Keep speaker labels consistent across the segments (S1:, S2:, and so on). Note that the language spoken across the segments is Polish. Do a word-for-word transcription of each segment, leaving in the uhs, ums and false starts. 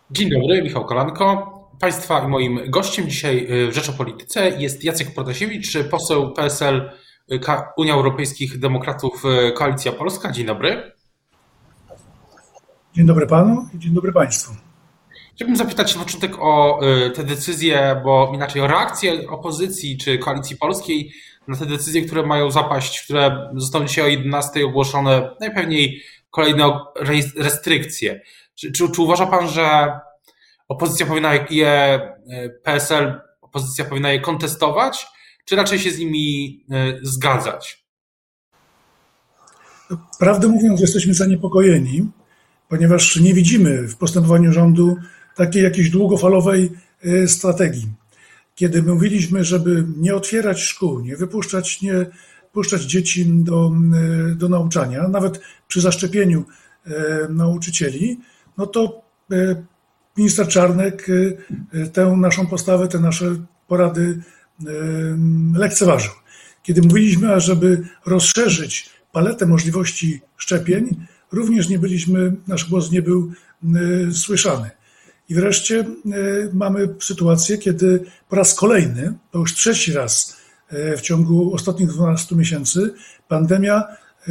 S1: Dzień dobry, Michał Kolanko. Państwa i moim gościem dzisiaj w Rzecz o Polityce jest Jacek Protasiewicz, poseł P S L, Unia Europejskich Demokratów, Koalicja Polska. Dzień dobry.
S2: Dzień dobry panu i dzień dobry państwu.
S1: Chciałbym zapytać na początek o te decyzje, bo inaczej o reakcję opozycji czy Koalicji Polskiej na te decyzje, które mają zapaść, które zostaną dzisiaj o jedenastej ogłoszone, najpewniej kolejne restrykcje. Czy, czy, czy uważa pan, że opozycja powinna je, P S L, opozycja powinna je kontestować, czy raczej się z nimi zgadzać?
S2: Prawdę mówiąc, jesteśmy zaniepokojeni, ponieważ nie widzimy w postępowaniu rządu takiej jakiejś długofalowej strategii. Kiedy mówiliśmy, żeby nie otwierać szkół, nie wypuszczać, nie puszczać dzieci do, do nauczania, nawet przy zaszczepieniu nauczycieli, no to minister Czarnek tę naszą postawę, te nasze porady lekceważył. Kiedy mówiliśmy, żeby rozszerzyć paletę możliwości szczepień, również nie byliśmy, nasz głos nie był słyszany. I wreszcie mamy sytuację, kiedy po raz kolejny, to już trzeci raz w ciągu ostatnich dwunastu miesięcy, pandemia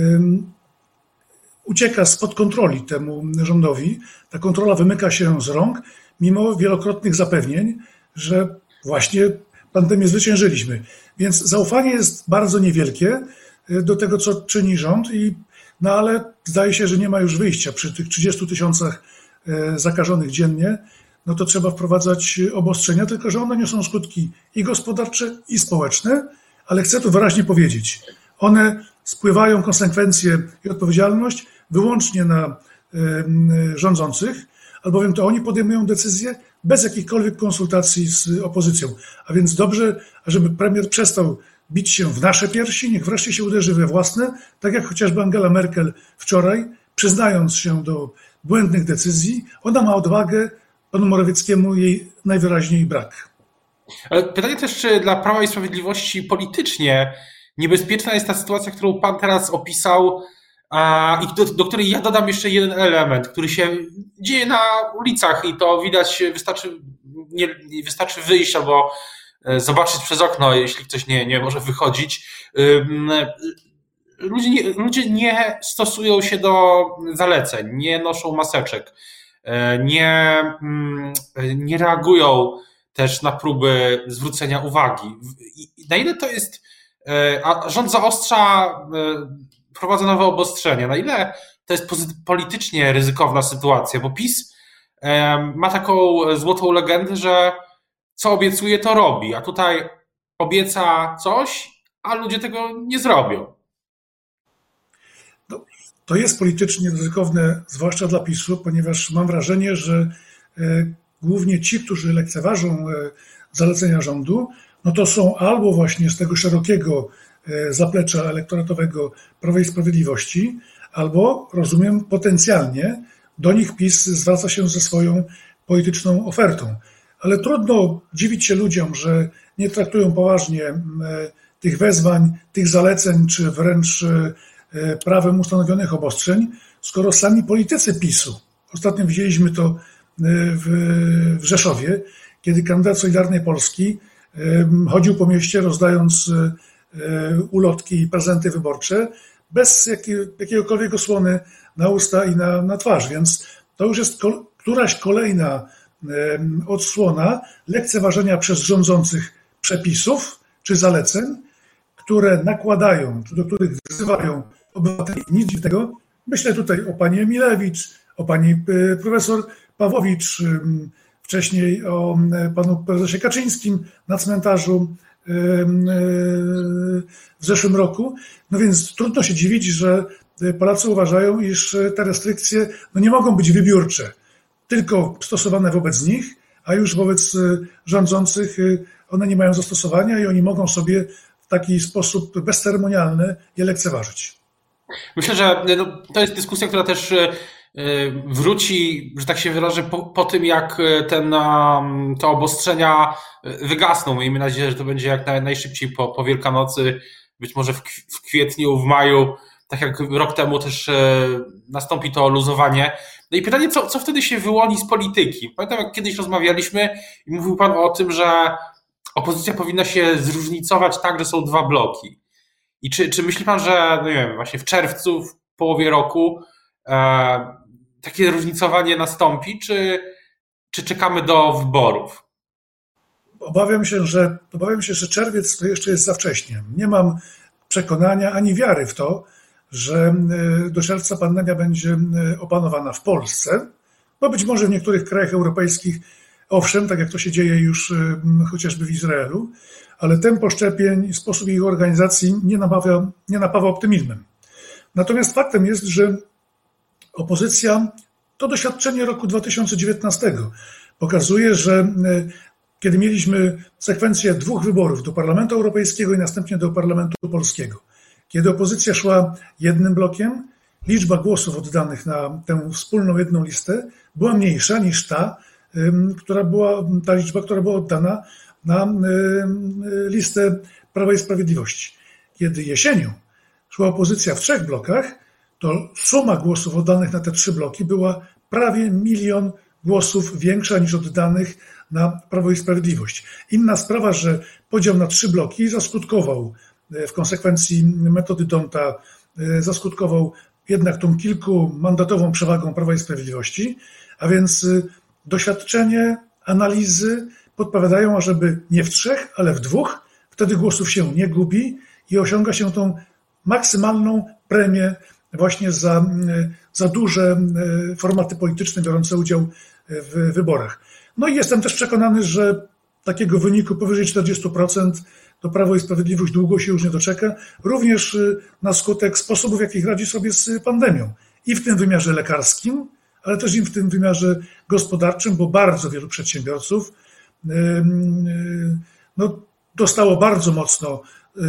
S2: ucieka spod kontroli temu rządowi. Ta kontrola wymyka się z rąk, mimo wielokrotnych zapewnień, że właśnie pandemię zwyciężyliśmy. Więc zaufanie jest bardzo niewielkie do tego, co czyni rząd, i, no ale zdaje się, że nie ma już wyjścia. Przy tych trzydziestu tysiącach zakażonych dziennie, no to trzeba wprowadzać obostrzenia, tylko że one niosą skutki i gospodarcze, i społeczne, ale chcę tu wyraźnie powiedzieć, one spływają konsekwencje i odpowiedzialność wyłącznie na rządzących, albowiem to oni podejmują decyzje bez jakichkolwiek konsultacji z opozycją. A więc dobrze, żeby premier przestał bić się w nasze piersi, niech wreszcie się uderzy we własne, tak jak chociażby Angela Merkel wczoraj, przyznając się do błędnych decyzji. Ona ma odwagę, panu Morawieckiemu jej najwyraźniej brak.
S1: Ale pytanie też, czy dla Prawa i Sprawiedliwości politycznie niebezpieczna jest ta sytuacja, którą pan teraz opisał, a, i do, do której ja dodam jeszcze jeden element, który się dzieje na ulicach i to widać, wystarczy, nie, wystarczy wyjść albo zobaczyć przez okno, jeśli ktoś nie, nie może wychodzić. Ludzie nie, ludzie nie stosują się do zaleceń, nie noszą maseczek, nie, nie reagują też na próby zwrócenia uwagi. Na ile to jest, a rząd zaostrza, wprowadza nowe obostrzenia, na ile to jest politycznie ryzykowna sytuacja, bo PiS ma taką złotą legendę, że co obiecuje, to robi, a tutaj obieca coś, a ludzie tego nie zrobią.
S2: No, to jest politycznie ryzykowne, zwłaszcza dla PiSu, ponieważ mam wrażenie, że głównie ci, którzy lekceważą zalecenia rządu, no to są albo właśnie z tego szerokiego zaplecza elektoratowego Prawa i Sprawiedliwości, albo, rozumiem, potencjalnie do nich PiS zwraca się ze swoją polityczną ofertą. Ale trudno dziwić się ludziom, że nie traktują poważnie tych wezwań, tych zaleceń, czy wręcz prawem ustanowionych obostrzeń, skoro sami politycy PiSu, ostatnio widzieliśmy to w, w Rzeszowie, kiedy kandydat Solidarnej Polski chodził po mieście, rozdając ulotki i prezenty wyborcze, bez jakiego, jakiegokolwiek osłony na usta i na, na twarz. Więc to już jest kol, któraś kolejna odsłona lekceważenia przez rządzących przepisów czy zaleceń, które nakładają, do których wzywają obywateli. Nic dziwnego. Myślę tutaj o pani Emilewicz, o pani profesor Pawłowicz, wcześniej o panu prezesie Kaczyńskim na cmentarzu w zeszłym roku. No więc trudno się dziwić, że Polacy uważają, iż te restrykcje no nie mogą być wybiórcze, tylko stosowane wobec nich, a już wobec rządzących one nie mają zastosowania i oni mogą sobie w taki sposób bezceremonialny je lekceważyć.
S1: Myślę, że no, to jest dyskusja, która też wróci, że tak się wyrażę, po, po tym, jak ten, te obostrzenia wygasną. Miejmy nadzieję, że to będzie jak naj, najszybciej po, po Wielkanocy, być może w, w kwietniu, w maju, tak jak rok temu też nastąpi to luzowanie. No i pytanie, co, co wtedy się wyłoni z polityki? Pamiętam, jak kiedyś rozmawialiśmy i mówił pan o tym, że opozycja powinna się zróżnicować tak, że są dwa bloki. I czy, czy myśli pan, że no nie wiem, właśnie w czerwcu, w połowie roku e, takie różnicowanie nastąpi, czy, czy czekamy do wyborów?
S2: Obawiam się, że obawiam się, że czerwiec to jeszcze jest za wcześnie. Nie mam przekonania ani wiary w to, że do czerwca pandemia będzie opanowana w Polsce, bo być może w niektórych krajach europejskich, owszem, tak jak to się dzieje już chociażby w Izraelu, ale tempo szczepień i sposób ich organizacji nie napawa, nie napawa optymizmem. Natomiast faktem jest, że opozycja, to doświadczenie roku dwa tysiące dziewiętnastego pokazuje, że kiedy mieliśmy sekwencję dwóch wyborów do Parlamentu Europejskiego i następnie do Parlamentu Polskiego, kiedy opozycja szła jednym blokiem, liczba głosów oddanych na tę wspólną jedną listę była mniejsza niż ta, która była, ta liczba, która była oddana na listę Prawa i Sprawiedliwości. Kiedy jesienią szła opozycja w trzech blokach, to suma głosów oddanych na te trzy bloki była prawie milion głosów większa niż oddanych na Prawo i Sprawiedliwość. Inna sprawa, że podział na trzy bloki zaskutkował w konsekwencji metody Donta, zaskutkował jednak tą kilkumandatową przewagą Prawa i Sprawiedliwości, a więc doświadczenie, analizy podpowiadają, ażeby nie w trzech, ale w dwóch, wtedy głosów się nie gubi i osiąga się tą maksymalną premię właśnie za, za duże formaty polityczne biorące udział w wyborach. No i jestem też przekonany, że takiego wyniku powyżej czterdzieści procent to Prawo i Sprawiedliwość długo się już nie doczeka, również na skutek sposobów, w jakich radzi sobie z pandemią. I w tym wymiarze lekarskim, ale też i w tym wymiarze gospodarczym, bo bardzo wielu przedsiębiorców no, dostało bardzo mocno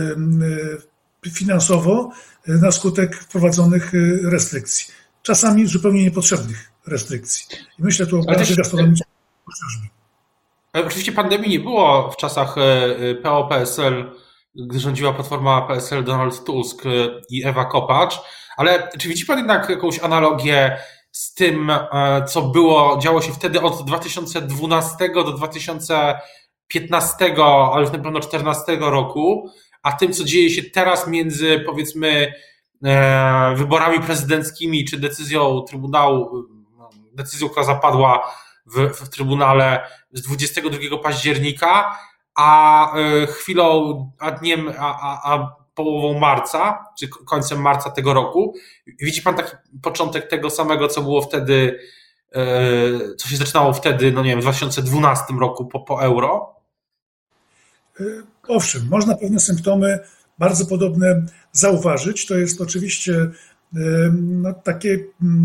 S2: finansowo na skutek wprowadzonych restrykcji. Czasami zupełnie niepotrzebnych restrykcji. I myślę tu o branży gastronomicznej.
S1: Oczywiście pandemii nie było w czasach P O P S L, gdy rządziła Platforma P S L Donald Tusk i Ewa Kopacz, ale czy widzi pan jednak jakąś analogię z tym, co było, działo się wtedy od dwa tysiące dwunastego do dwa tysiące piętnastego, ale już na pewno czternastego roku, a tym, co dzieje się teraz między, powiedzmy, wyborami prezydenckimi czy decyzją Trybunału, decyzją, która zapadła w, w Trybunale z dwudziestego drugiego października, a chwilą, a dniem, a, a, a połową marca, czy końcem marca tego roku. Widzi pan taki początek tego samego, co było wtedy, co się zaczynało wtedy, no nie wiem, w dwa tysiące dwunastym roku po, po euro?
S2: Owszem, można pewne symptomy bardzo podobne zauważyć. To jest oczywiście no, takie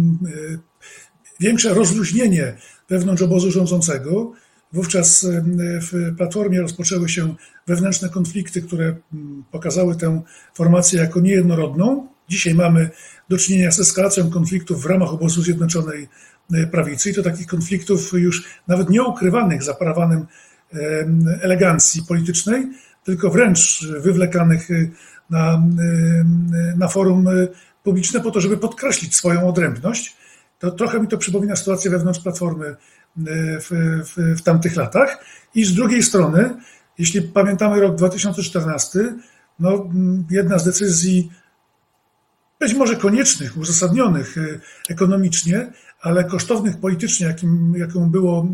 S2: większe rozluźnienie wewnątrz obozu rządzącego. Wówczas w Platformie rozpoczęły się wewnętrzne konflikty, które pokazały tę formację jako niejednorodną. Dzisiaj mamy do czynienia z eskalacją konfliktów w ramach obozu Zjednoczonej Prawicy i to takich konfliktów już nawet nieukrywanych za parawanem elegancji politycznej, tylko wręcz wywlekanych na, na forum publiczne po to, żeby podkreślić swoją odrębność. To trochę mi to przypomina sytuację wewnątrz Platformy w, w, w tamtych latach. I z drugiej strony, jeśli pamiętamy rok dwa tysiące czternasty, no, jedna z decyzji być może koniecznych, uzasadnionych ekonomicznie, ale kosztownych politycznie, jakim, jaką było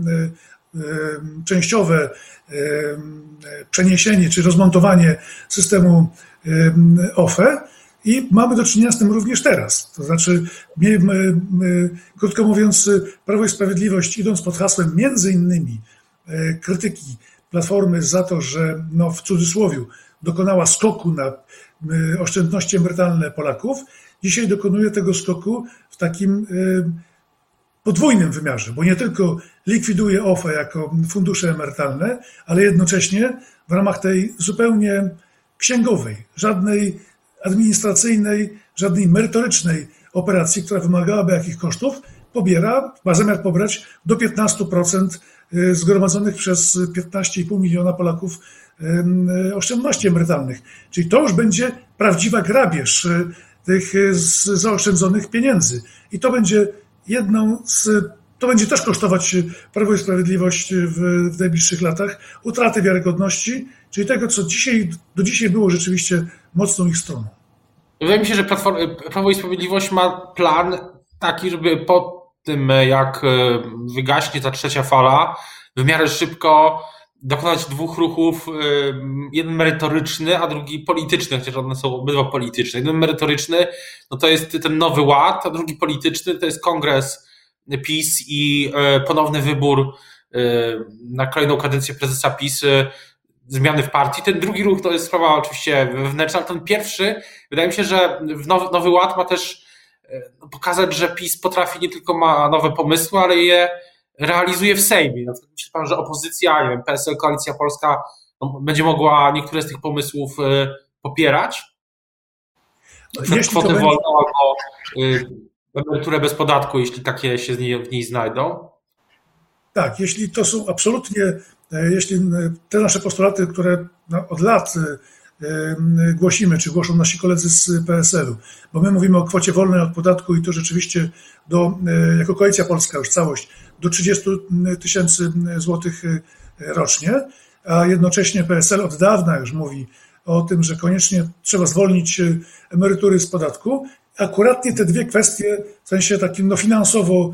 S2: częściowe przeniesienie czy rozmontowanie systemu O F E i mamy do czynienia z tym również teraz. To znaczy, my, my, my, krótko mówiąc, Prawo i Sprawiedliwość, idąc pod hasłem między innymi krytyki Platformy za to, że no, w cudzysłowie dokonała skoku na oszczędności emerytalne Polaków, dzisiaj dokonuje tego skoku w takim podwójnym wymiarze, bo nie tylko likwiduje O F E jako fundusze emerytalne, ale jednocześnie w ramach tej zupełnie księgowej, żadnej administracyjnej, żadnej merytorycznej operacji, która wymagałaby jakich kosztów, pobiera, ma zamiar pobrać do piętnaście procent zgromadzonych przez piętnaście i pół miliona Polaków oszczędności emerytalnych. Czyli to już będzie prawdziwa grabież tych zaoszczędzonych pieniędzy. I to będzie jedną z... To będzie też kosztować Prawo i Sprawiedliwość w, w najbliższych latach utraty wiarygodności, czyli tego, co dzisiaj, do dzisiaj było rzeczywiście mocną ich stroną.
S1: Wydaje mi się, że Prawo i Sprawiedliwość ma plan taki, żeby po tym, jak wygaśnie ta trzecia fala, w miarę szybko dokonać dwóch ruchów, jeden merytoryczny, a drugi polityczny, chociaż one są obydwa polityczne. Jeden merytoryczny, no to jest ten Nowy Ład, a drugi polityczny to jest Kongres PiS i ponowny wybór na kolejną kadencję prezesa PiS, zmiany w partii. Ten drugi ruch to jest sprawa oczywiście wewnętrzna, ale ten pierwszy, wydaje mi się, że Nowy, Nowy Ład ma też pokazać, że PiS potrafi, nie tylko ma nowe pomysły, ale je realizuje w Sejmie. Na przykład myśli pan, że opozycja, nie wiem, P S L, Koalicja Polska no, będzie mogła niektóre z tych pomysłów popierać? Na przykład kwotę wolną albo emeryturę bez podatku, jeśli takie się w niej, w niej znajdą?
S2: Tak, jeśli to są absolutnie, jeśli te nasze postulaty, które od lat głosimy, czy głoszą nasi koledzy z P S L u, bo my mówimy o kwocie wolnej od podatku i to rzeczywiście do, jako Koalicja Polska już całość, do trzydzieści tysięcy złotych rocznie, a jednocześnie P S L od dawna już mówi o tym, że koniecznie trzeba zwolnić emerytury z podatku. Akuratnie te dwie kwestie w sensie takim no, finansowo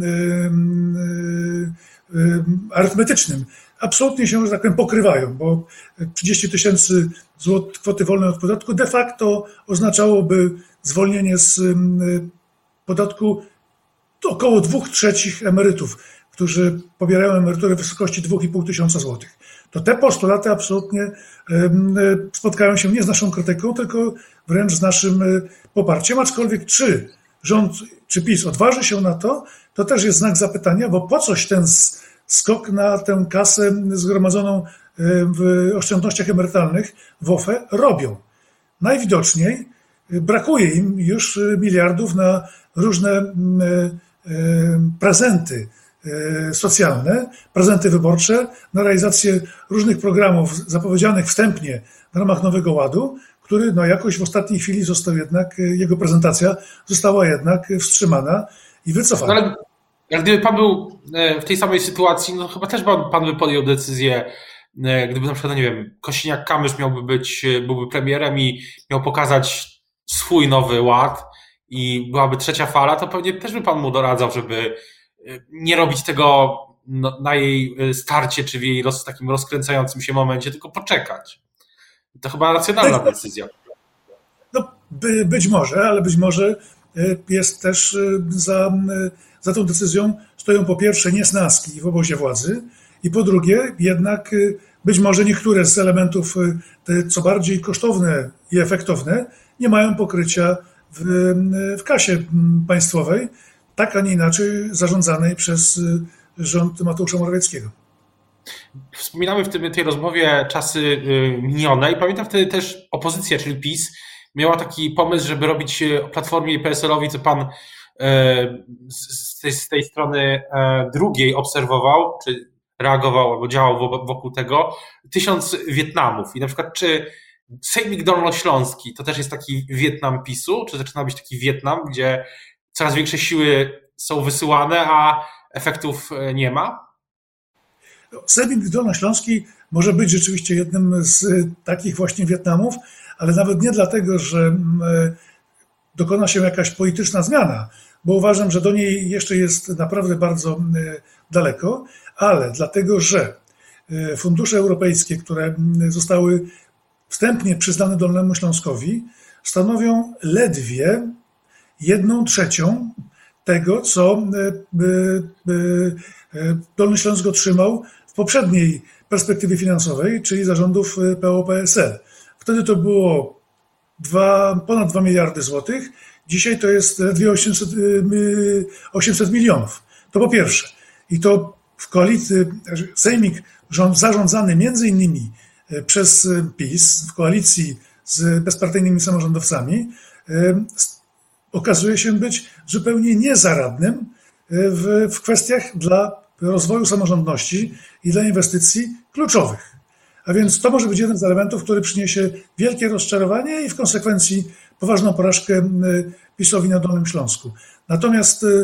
S2: arytmetycznym absolutnie się, że tak powiem, pokrywają, bo trzydzieści tysięcy złotych kwoty wolnej od podatku de facto oznaczałoby zwolnienie z podatku około dwóch trzecich emerytów, którzy pobierają emeryturę w wysokości dwa i pół tysiąca złotych. To te postulaty absolutnie spotkają się nie z naszą krytyką, tylko wręcz z naszym poparciem, aczkolwiek czy rząd, czy PiS odważy się na to, to też jest znak zapytania, bo po coś ten skok na tę kasę zgromadzoną w oszczędnościach emerytalnych w O F E robią. Najwidoczniej brakuje im już miliardów na różne prezenty socjalne, prezenty wyborcze, na realizację różnych programów zapowiedzianych wstępnie w ramach Nowego Ładu, który no jakoś w ostatniej chwili został jednak, jego prezentacja została jednak wstrzymana i wycofana.
S1: No ale, ale gdyby pan był w tej samej sytuacji, no chyba też pan, pan by podjął decyzję, gdyby na przykład, no nie wiem, Kosiniak-Kamysz miałby być, byłby premierem i miał pokazać swój Nowy Ład i byłaby trzecia fala, to pewnie też by pan mu doradzał, żeby nie robić tego na jej starcie, czy w jej roz, takim rozkręcającym się momencie, tylko poczekać. To chyba racjonalna decyzja.
S2: No, by, być może, ale być może jest też za, za tą decyzją stoją po pierwsze niesnaski w obozie władzy i po drugie jednak być może niektóre z elementów, te co bardziej kosztowne i efektowne, nie mają pokrycia w, w kasie państwowej, tak, a nie inaczej zarządzanej przez rząd Mateusza Morawieckiego.
S1: Wspominamy w tym, tej rozmowie czasy minione i pamiętam wtedy też opozycja, czyli PiS, miała taki pomysł, żeby robić Platformie i P S L owi, co pan z tej, z tej strony drugiej obserwował, czy reagował albo działał wokół tego, tysiąc Wietnamów. I na przykład czy Sejmik Dolnośląski to też jest taki Wietnam PiSu, czy zaczyna być taki Wietnam, gdzie coraz większe siły są wysyłane, a efektów nie ma?
S2: Sejmik Dolnośląski może być rzeczywiście jednym z takich właśnie Wietnamów, ale nawet nie dlatego, że dokona się jakaś polityczna zmiana, bo uważam, że do niej jeszcze jest naprawdę bardzo daleko, ale dlatego, że fundusze europejskie, które zostały wstępnie przyznane Dolnemu Śląskowi, stanowią ledwie jedną trzecią tego, co Dolny Śląsk otrzymał w poprzedniej perspektywie finansowej, czyli zarządów P O P S L. Wtedy to było dwa, ponad dwa miliardy złotych, dzisiaj to jest ledwie osiemset milionów. To po pierwsze. I to w koalicji, Sejmik rząd zarządzany między innymi przez PiS w koalicji z bezpartyjnymi samorządowcami okazuje się być zupełnie niezaradnym w, w kwestiach dla rozwoju samorządności i dla inwestycji kluczowych. A więc to może być jeden z elementów, który przyniesie wielkie rozczarowanie i w konsekwencji poważną porażkę PiS-owi na Dolnym Śląsku. Natomiast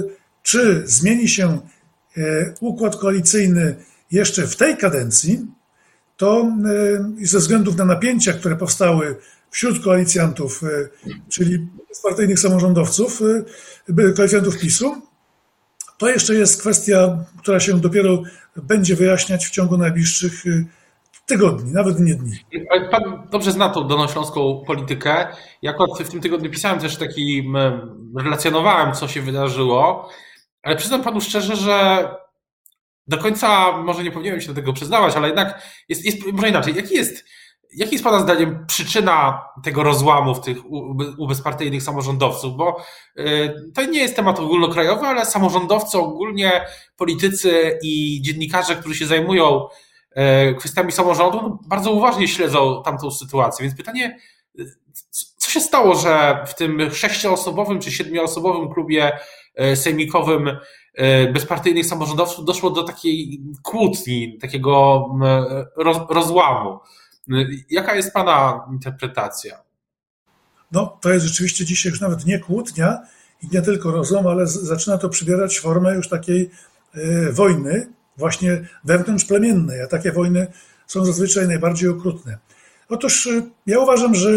S2: czy zmieni się układ koalicyjny jeszcze w tej kadencji, to ze względów na napięcia, które powstały wśród koalicjantów, czyli partyjnych samorządowców, koalicjantów PiSu, to jeszcze jest kwestia, która się dopiero będzie wyjaśniać w ciągu najbliższych tygodni, nawet nie dni.
S1: Pan dobrze zna tą dolnośląską politykę. Ja w tym tygodniu pisałem też taki, relacjonowałem, co się wydarzyło, ale przyznam panu szczerze, że do końca może nie powinienem się do tego przyznawać, ale jednak jest, jest może inaczej. Jaki jest, jaki jest pana zdaniem przyczyna tego rozłamu w tych u, u bezpartyjnych samorządowców? Bo y, to nie jest temat ogólnokrajowy, ale samorządowcy ogólnie, politycy i dziennikarze, którzy się zajmują y, kwestiami samorządu, no, bardzo uważnie śledzą tamtą sytuację. Więc pytanie, co się stało, że w tym sześcioosobowym czy siedmioosobowym klubie sejmikowym bezpartyjnych samorządowców doszło do takiej kłótni, takiego rozłamu. Jaka jest pana interpretacja?
S2: No, to jest rzeczywiście dzisiaj już nawet nie kłótnia i nie tylko rozłam, ale zaczyna to przybierać formę już takiej wojny, właśnie wewnątrzplemiennej, a takie wojny są zazwyczaj najbardziej okrutne. Otóż ja uważam, że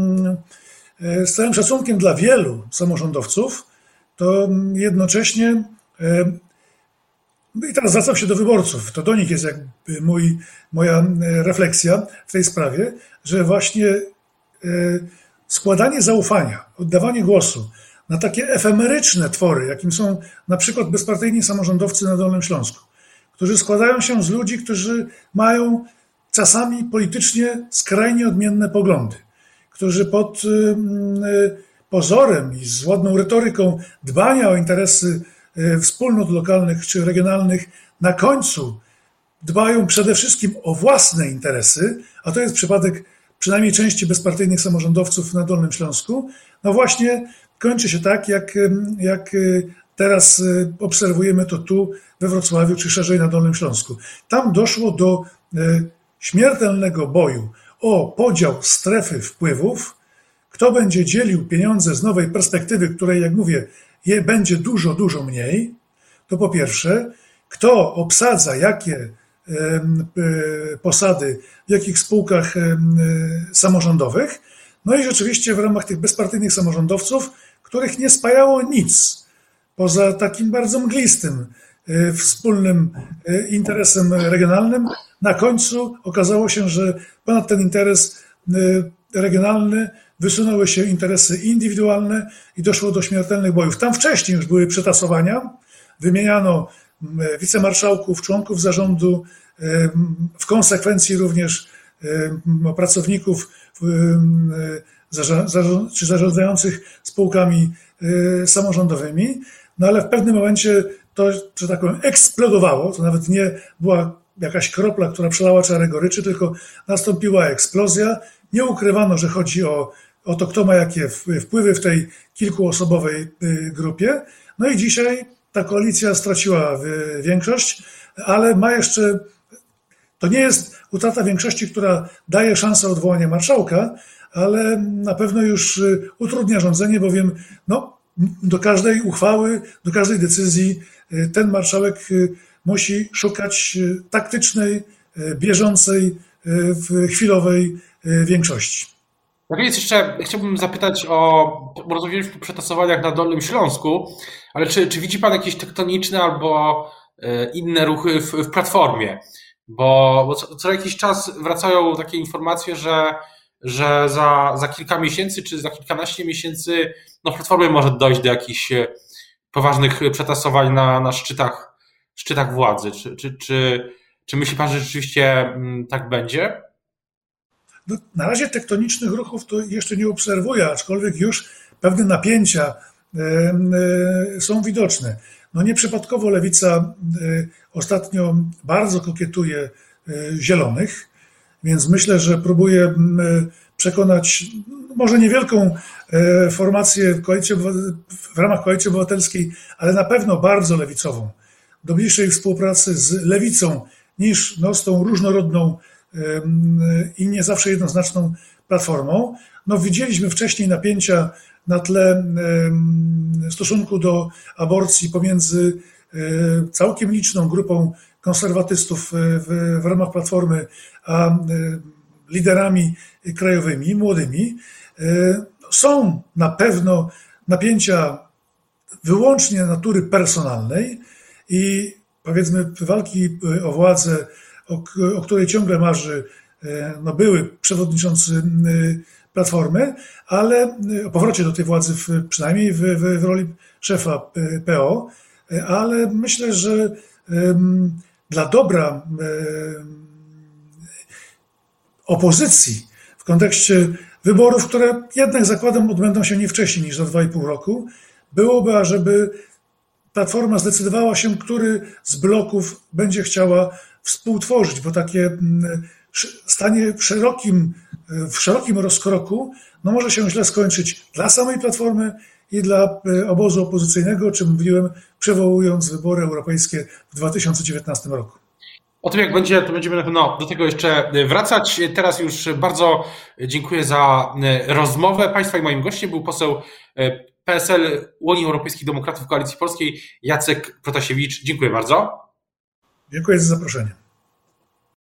S2: z całym szacunkiem dla wielu samorządowców, to jednocześnie, i teraz zwracam się do wyborców, to do nich jest jakby mój, moja refleksja w tej sprawie, że właśnie składanie zaufania, oddawanie głosu na takie efemeryczne twory, jakim są na przykład bezpartyjni samorządowcy na Dolnym Śląsku, którzy składają się z ludzi, którzy mają czasami politycznie skrajnie odmienne poglądy, którzy pod pozorem i z ładną retoryką dbania o interesy wspólnot lokalnych czy regionalnych na końcu dbają przede wszystkim o własne interesy, a to jest przypadek przynajmniej części bezpartyjnych samorządowców na Dolnym Śląsku, no właśnie kończy się tak, jak, jak teraz obserwujemy to tu we Wrocławiu czy szerzej na Dolnym Śląsku. Tam doszło do śmiertelnego boju o podział strefy wpływów, kto będzie dzielił pieniądze z nowej perspektywy, której, jak mówię, je będzie dużo, dużo mniej, to po pierwsze, kto obsadza jakie posady w jakich spółkach samorządowych, no i rzeczywiście w ramach tych bezpartyjnych samorządowców, których nie spajało nic, poza takim bardzo mglistym wspólnym interesem regionalnym, na końcu okazało się, że ponad ten interes regionalny wysunęły się interesy indywidualne i doszło do śmiertelnych bojów. Tam wcześniej już były przetasowania, wymieniano wicemarszałków, członków zarządu, w konsekwencji również pracowników czy zarządzających spółkami samorządowymi, no ale w pewnym momencie to, że tak powiem, eksplodowało, to nawet nie była jakaś kropla, która przelała czarę goryczy, tylko nastąpiła eksplozja. Nie ukrywano, że chodzi o, o to, kto ma jakie wpływy w tej kilkuosobowej grupie. No i dzisiaj ta koalicja straciła większość, ale ma jeszcze, to nie jest utrata większości, która daje szansę odwołania marszałka, ale na pewno już utrudnia rządzenie, bowiem no, do każdej uchwały, do każdej decyzji ten marszałek musi szukać taktycznej, bieżącej, chwilowej większości.
S1: Tak jest, jeszcze chciałbym zapytać o, bo rozmawialiśmy o przetasowaniach na Dolnym Śląsku, ale czy, czy widzi pan jakieś tektoniczne albo inne ruchy w, w Platformie? Bo, bo co, co jakiś czas wracają takie informacje, że, że za, za kilka miesięcy czy za kilkanaście miesięcy no, w Platformie może dojść do jakichś poważnych przetasowań na, na szczytach, szczytach władzy. Czy, czy, czy, czy myśli pan, że rzeczywiście tak będzie?
S2: No, na razie tektonicznych ruchów to jeszcze nie obserwuję, aczkolwiek już pewne napięcia y, y, są widoczne. No nieprzypadkowo Lewica y, ostatnio bardzo kokietuje y, zielonych, więc myślę, że próbuje y, przekonać może niewielką y, formację koalicji, w ramach Koalicji Obywatelskiej, ale na pewno bardzo lewicową, do bliższej współpracy z Lewicą niż no, z tą różnorodną i nie zawsze jednoznaczną Platformą. No, widzieliśmy wcześniej napięcia na tle stosunku do aborcji pomiędzy całkiem liczną grupą konserwatystów w, w ramach Platformy, a liderami krajowymi, młodymi. Są na pewno napięcia wyłącznie natury personalnej i powiedzmy walki o władzę, o, o której ciągle marzy no, były przewodniczący Platformy, ale o powrocie do tej władzy w, przynajmniej w, w, w roli szefa P O, ale myślę, że um, dla dobra um, opozycji w kontekście wyborów, które jednak zakładam odbędą się nie wcześniej niż za dwa i pół roku, byłoby, ażeby Platforma zdecydowała się, który z bloków będzie chciała współtworzyć, bo takie stanie w szerokim, w szerokim rozkroku no może się źle skończyć dla samej Platformy i dla obozu opozycyjnego, o czym mówiłem, przywołując wybory europejskie w dwa tysiące dziewiętnastym roku.
S1: O tym jak będzie, to będziemy na pewno do tego jeszcze wracać. Teraz już bardzo dziękuję za rozmowę Państwa i moim gościem był poseł P S L Unii Europejskich Demokratów Koalicji Polskiej Jacek Protasiewicz. Dziękuję bardzo.
S2: Dziękuję za zaproszenie.